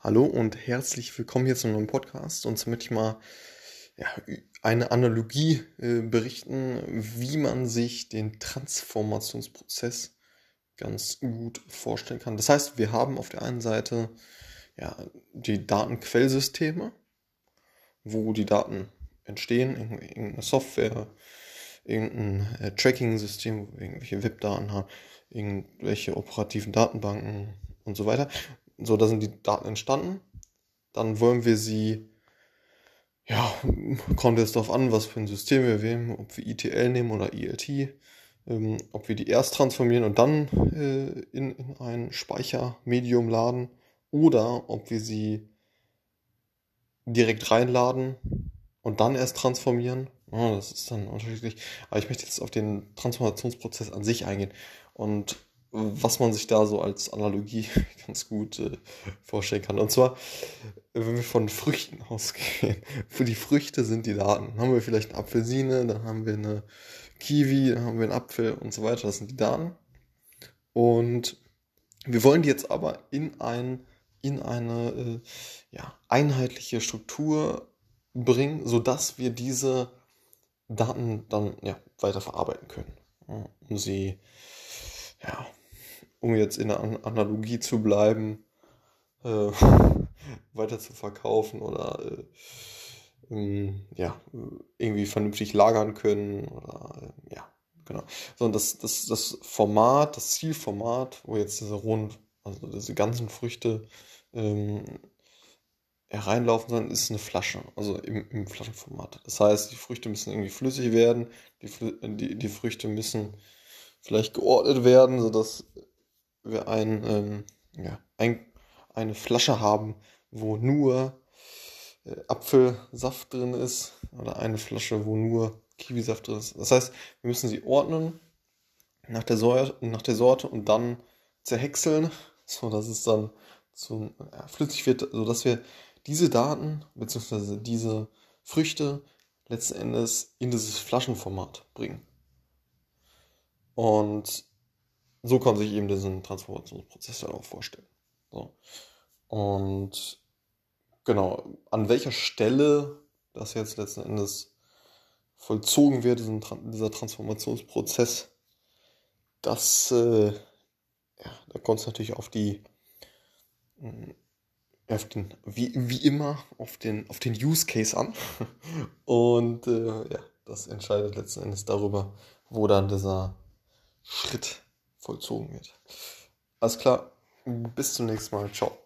Hallo und herzlich willkommen hier zu einem neuen Podcast. Und zwar möchte ich mal eine Analogie berichten, wie man sich den Transformationsprozess ganz gut vorstellen kann. Das heißt, wir haben auf der einen Seite die Datenquellsysteme, wo die Daten entstehen, irgendeine Software, irgendein Tracking-System, wo wir irgendwelche Webdaten haben, irgendwelche operativen Datenbanken und so weiter. So, da sind die Daten entstanden. Dann wollen wir sie, kommt jetzt darauf an, was für ein System wir wählen, ob wir ETL nehmen oder ELT, ob wir die erst transformieren und dann in ein Speichermedium laden oder ob wir sie direkt reinladen und dann erst transformieren. Ja, das ist dann unterschiedlich. Aber ich möchte jetzt auf den Transformationsprozess an sich eingehen und was man sich da so als Analogie ganz gut vorstellen kann. Und zwar, wenn wir von Früchten ausgehen. Für die Früchte sind die Daten. Dann haben wir vielleicht eine Apfelsine, dann haben wir eine Kiwi, dann haben wir einen Apfel und so weiter. Das sind die Daten. Und wir wollen die jetzt aber in eine einheitliche Struktur bringen, sodass wir diese Daten dann weiter verarbeiten können. Ja, ja, um jetzt in der Analogie zu bleiben, äh, weiter zu verkaufen oder irgendwie vernünftig lagern können oder genau. So, und das Format, das Zielformat, wo jetzt also diese ganzen Früchte ähm, hereinlaufen sollen, ist eine Flasche, also im Flaschenformat. Das heißt, die Früchte müssen irgendwie flüssig werden, die Früchte müssen vielleicht geordnet werden, sodass wir eine Flasche haben, wo nur Apfelsaft drin ist oder eine Flasche, wo nur Kiwisaft drin ist. Das heißt, wir müssen sie ordnen nach der Sorte und dann zerhäckseln, sodass es dann flüssig wird, sodass wir diese Daten bzw. diese Früchte letzten Endes in dieses Flaschenformat bringen. Und so kann man sich eben diesen Transformationsprozess dann auch vorstellen. So. Und genau, an welcher Stelle das jetzt letzten Endes vollzogen wird, dieser Transformationsprozess, da kommt es natürlich wie immer, auf den Use Case an. Und das entscheidet letzten Endes darüber, wo dann dieser Schritt vollzogen wird. Alles klar, bis zum nächsten Mal. Ciao.